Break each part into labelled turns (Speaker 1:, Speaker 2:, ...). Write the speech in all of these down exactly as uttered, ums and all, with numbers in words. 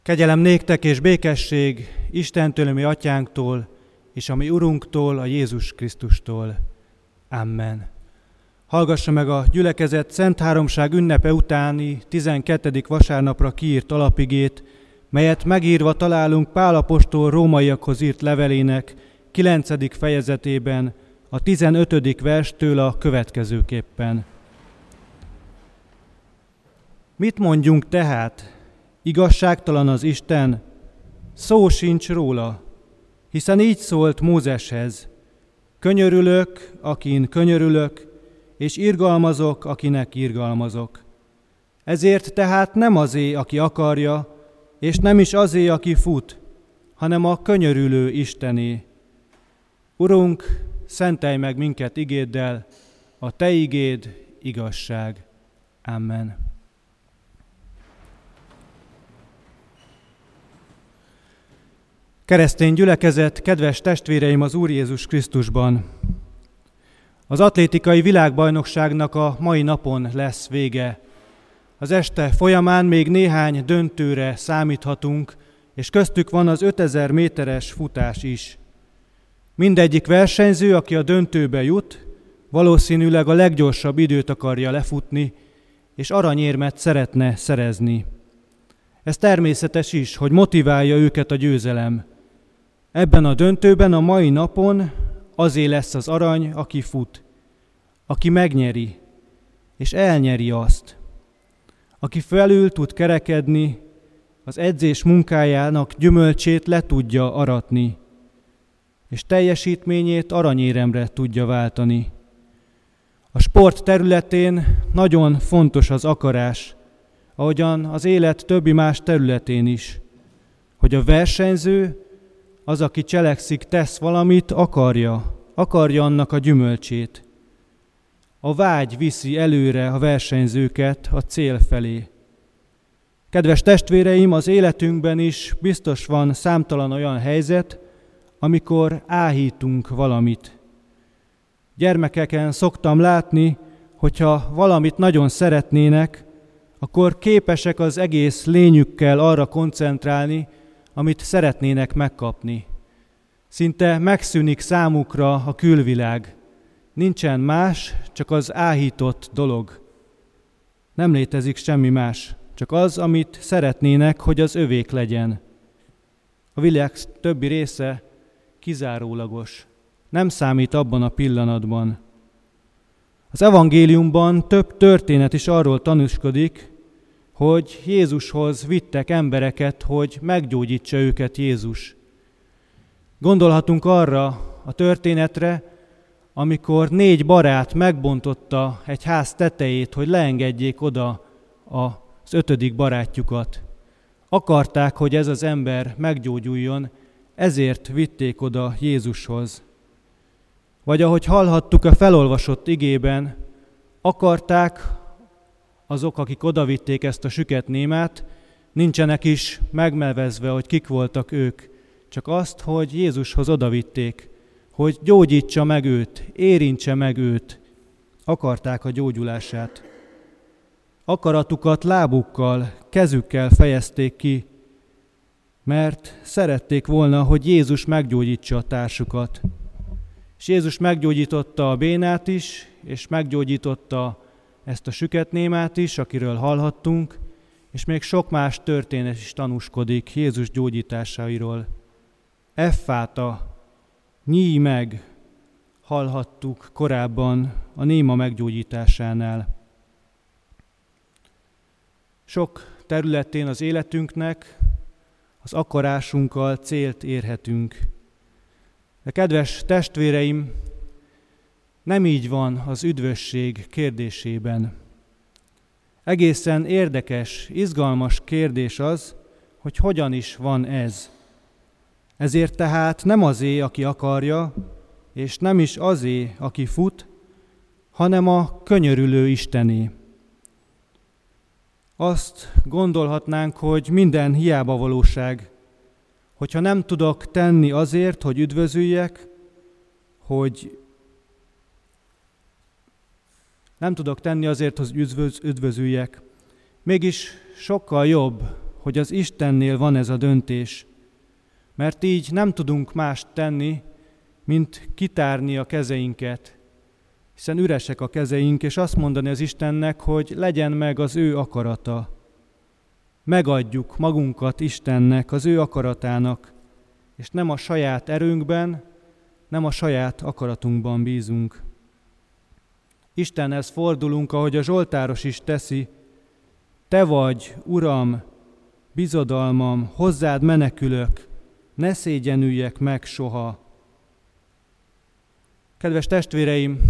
Speaker 1: Kegyelem néktek és békesség Istentől, a mi atyánktól, és a mi Urunktól, a Jézus Krisztustól. Amen. Hallgassa meg a gyülekezet Szent Háromság ünnepe utáni tizenkettedik vasárnapra kiírt alapigét, melyet megírva találunk Pál apostol rómaiakhoz írt levelének kilencedik fejezetében, a tizenötödik verstől a következőképpen. Mit mondjunk tehát? Igazságtalan az Isten? Szó sincs róla, hiszen így szólt Mózeshez. Könyörülök, akin könyörülök, és irgalmazok, akinek irgalmazok. Ezért tehát nem azé, aki akarja, és nem is azé, aki fut, hanem a könyörülő Istené. Urunk, szentelj meg minket igéddel, a Te igéd igazság. Amen. Keresztény gyülekezet, kedves testvéreim az Úr Jézus Krisztusban! Az atlétikai világbajnokságnak a mai napon lesz vége. Az este folyamán még néhány döntőre számíthatunk, és köztük van az ötezer méteres futás is. Mindegyik versenyző, aki a döntőbe jut, valószínűleg a leggyorsabb időt akarja lefutni, és aranyérmet szeretne szerezni. Ez természetes is, hogy motiválja őket a győzelem. Ebben a döntőben a mai napon azé lesz az arany, aki fut, aki megnyeri, és elnyeri azt. Aki felül tud kerekedni, az edzés munkájának gyümölcsét le tudja aratni, és teljesítményét aranyéremre tudja váltani. A sport területén nagyon fontos az akarás, ahogyan az élet többi más területén is, hogy a versenyző, az, aki cselekszik, tesz valamit, akarja, akarja annak a gyümölcsét. A vágy viszi előre a versenyzőket a cél felé. Kedves testvéreim, az életünkben is biztos van számtalan olyan helyzet, amikor áhítunk valamit. Gyermekeken szoktam látni, hogyha valamit nagyon szeretnének, akkor képesek az egész lényükkel arra koncentrálni, amit szeretnének megkapni. Szinte megszűnik számukra a külvilág. Nincsen más, csak az áhított dolog. Nem létezik semmi más, csak az, amit szeretnének, hogy az övék legyen. A világ többi része kizárólagos. Nem számít abban a pillanatban. Az evangéliumban több történet is arról tanúskodik, hogy Jézushoz vittek embereket, hogy meggyógyítsa őket Jézus. Gondolhatunk arra a történetre, amikor négy barát megbontotta egy ház tetejét, hogy leengedjék oda az ötödik barátjukat. Akarták, hogy ez az ember meggyógyuljon, ezért vitték oda Jézushoz. Vagy ahogy hallhattuk a felolvasott igében, akarták azok, akik odavitték ezt a süket némát, nincsenek is megmelvezve, hogy kik voltak ők, csak azt, hogy Jézushoz odavitték, hogy gyógyítsa meg őt, érintse meg őt. Akarták a gyógyulását. Akaratukat lábukkal, kezükkel fejezték ki, mert szerették volna, hogy Jézus meggyógyítsa a társukat. És Jézus meggyógyította a bénát is, és meggyógyította ezt a süketnémát is, akiről hallhattunk, és még sok más történet is tanúskodik Jézus gyógyításairól. Effáta, nyíj meg, hallhattuk korábban a néma meggyógyításánál. Sok területén az életünknek az akarásunkkal célt érhetünk. De kedves testvéreim, nem így van az üdvösség kérdésében. Egészen érdekes, izgalmas kérdés az, hogy hogyan is van ez. Ezért tehát nem azé, aki akarja, és nem is azé, aki fut, hanem a könyörülő Istené. Azt gondolhatnánk, hogy minden hiába valóság, hogyha nem tudok tenni azért, hogy üdvözüljek, hogy nem tudok tenni azért, hogy üdvöz, üdvözüljek, mégis sokkal jobb, hogy az Istennél van ez a döntés, mert így nem tudunk mást tenni, mint kitárni a kezeinket, hiszen üresek a kezeink, és azt mondani az Istennek, hogy legyen meg az ő akarata. Megadjuk magunkat Istennek, az ő akaratának, és nem a saját erőnkben, nem a saját akaratunkban bízunk. Istenhez fordulunk, ahogy a zsoltáros is teszi: Te vagy, Uram, bizodalmam, hozzád menekülök, ne szégyenüljek meg soha. Kedves testvéreim,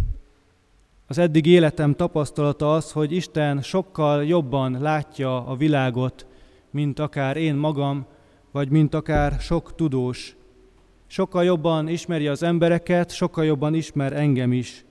Speaker 1: az eddig életem tapasztalata az, hogy Isten sokkal jobban látja a világot, mint akár én magam, vagy mint akár sok tudós. Sokkal jobban ismeri az embereket, sokkal jobban ismer engem is.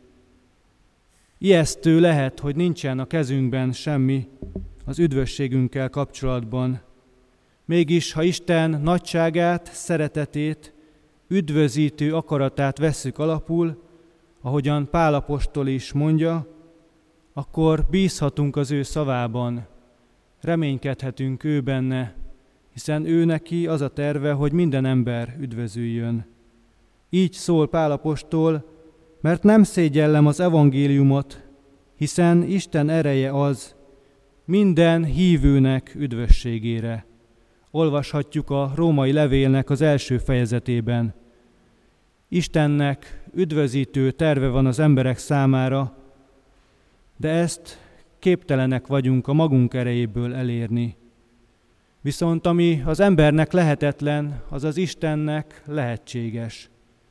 Speaker 1: Ijesztő lehet, hogy nincsen a kezünkben semmi az üdvösségünkkel kapcsolatban. Mégis, ha Isten nagyságát, szeretetét, üdvözítő akaratát vesszük alapul, ahogyan Pál apostol is mondja, akkor bízhatunk az ő szavában, reménykedhetünk ő benne, hiszen ő neki az a terve, hogy minden ember üdvözüljön. Így szól Pál apostol: mert nem szégyellem az evangéliumot, hiszen Isten ereje az minden hívőnek üdvösségére. Olvashatjuk a római levélnek az első fejezetében. Istennek üdvözítő terve van az emberek számára, de ezt képtelenek vagyunk a magunk erejéből elérni. Viszont ami az embernek lehetetlen, az az Istennek lehetséges.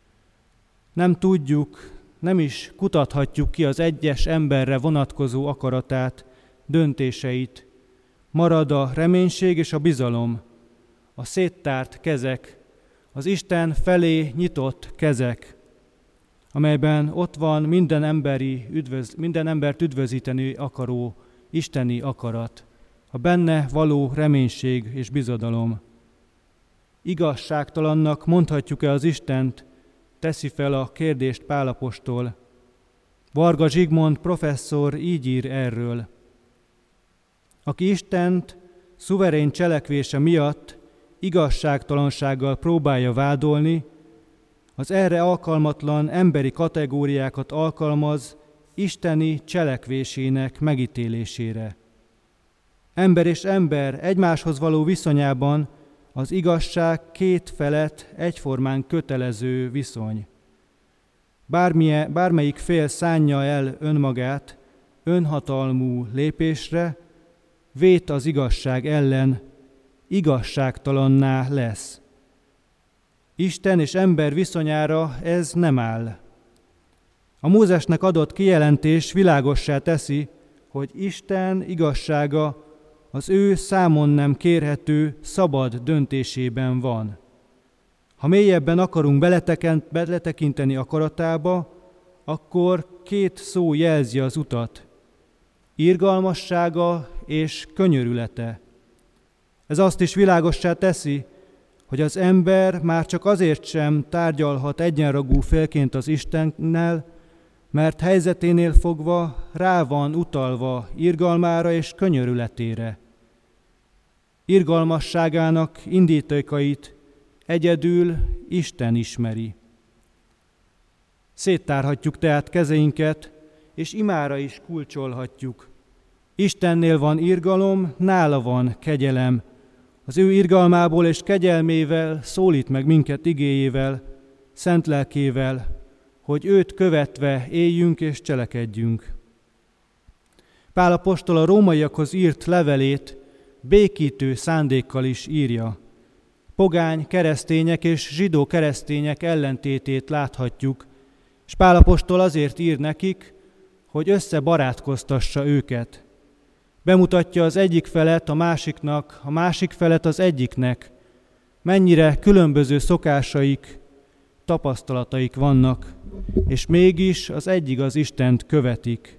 Speaker 1: Nem tudjuk, nem is kutathatjuk ki az egyes emberre vonatkozó akaratát, döntéseit. Marad a reménység és a bizalom, a széttárt kezek, az Isten felé nyitott kezek, amelyben ott van minden, emberi üdvöz, minden embert üdvözíteni akaró isteni akarat, a benne való reménység és bizodalom. Igazságtalannak mondhatjuk-e az Istent, teszi fel a kérdést Pál apostol. Varga Zsigmond professzor így ír erről: aki Istent szuverén cselekvése miatt igazságtalansággal próbálja vádolni, az erre alkalmatlan emberi kategóriákat alkalmaz isteni cselekvésének megítélésére. Ember és ember egymáshoz való viszonyában az igazság két felett egyformán kötelező viszony. Bármilyen, bármelyik fél szánja el önmagát önhatalmú lépésre, vét az igazság ellen, igazságtalanná lesz. Isten és ember viszonyára ez nem áll. A Mózesnek adott kijelentés világossá teszi, hogy Isten igazsága az ő számon nem kérhető, szabad döntésében van. Ha mélyebben akarunk beletekinteni akaratába, akkor két szó jelzi az utat: irgalmassága és könyörülete. Ez azt is világossá teszi, hogy az ember már csak azért sem tárgyalhat egyenrangú félként az Istennel, mert helyzeténél fogva rá van utalva irgalmára és könyörületére. Irgalmasságának indítékait egyedül Isten ismeri. Széttárhatjuk tehát kezeinket, és imára is kulcsolhatjuk. Istennél van irgalom, nála van kegyelem. Az ő irgalmából és kegyelmével szólít meg minket igéjével, szent lelkével, hogy őt követve éljünk és cselekedjünk. Pál apostol a rómaiakhoz írt levelét békítő szándékkal is írja. Pogány keresztények és zsidó keresztények ellentétét láthatjuk, és Pál apostol azért ír nekik, hogy összebarátkoztassa őket. Bemutatja az egyik felet a másiknak, a másik felet az egyiknek, mennyire különböző szokásaik, tapasztalataik vannak, és mégis az egyik az Istent követik.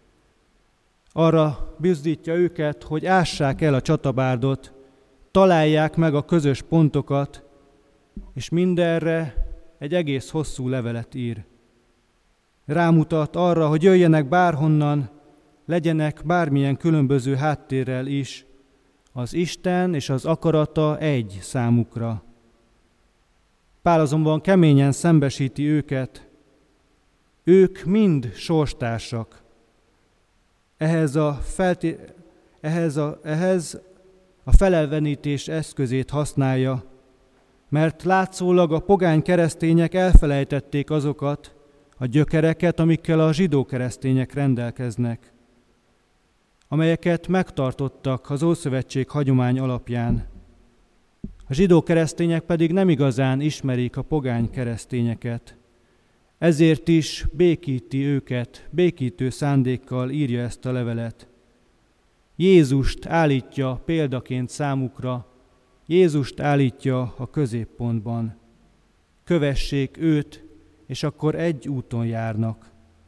Speaker 1: Arra bizdítja őket, hogy ássák el a csatabárdot, találják meg a közös pontokat, és mindenre egy egész hosszú levelet ír. Rámutat arra, hogy jöjjenek bárhonnan, legyenek bármilyen különböző háttérrel is, Az Isten és az akarata egy számukra. Pál azonban keményen szembesíti őket. Ők mind sorstársak. Ehhez a, felté- ehhez a, ehhez a felelvenítés eszközét használja, mert látszólag a pogány keresztények elfelejtették azokat a gyökereket, amikkel a zsidó keresztények rendelkeznek, amelyeket megtartottak az Ószövetség hagyomány alapján. A zsidó keresztények pedig nem igazán ismerik a pogány keresztényeket. Ezért is békíti őket, békítő szándékkal írja ezt a levelet. Jézust állítja példaként számukra, Jézust állítja a középpontban. Kövessék őt, és akkor egy úton járnak.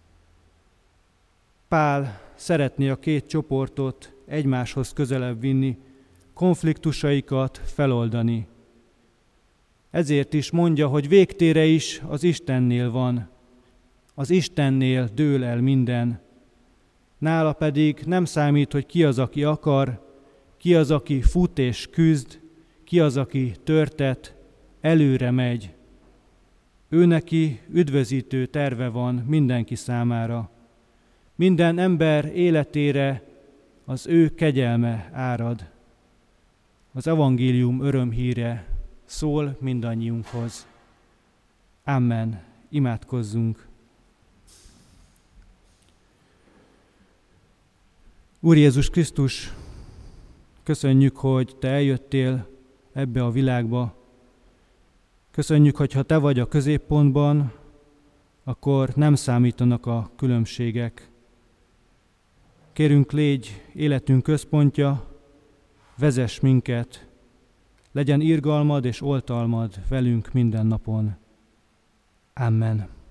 Speaker 1: Pál szeretné a két csoportot egymáshoz közelebb vinni, konfliktusaikat feloldani. Ezért is mondja, hogy végtére is az Istennél van. Az Istennél dől el minden. Nála pedig nem számít, hogy ki az, aki akar, ki az, aki fut és küzd, ki az, aki törtet, előre megy. Ő neki üdvözítő terve van mindenki számára. Minden ember életére az ő kegyelme árad. Az evangélium örömhíre szól mindannyiunkhoz. Amen. Imádkozzunk. Úr Jézus Krisztus, köszönjük, hogy Te eljöttél ebbe a világba. Köszönjük, hogy ha Te vagy a középpontban, akkor nem számítanak a különbségek. Kérünk, légy életünk központja, vezess minket, legyen irgalmad és oltalmad velünk minden napon. Amen.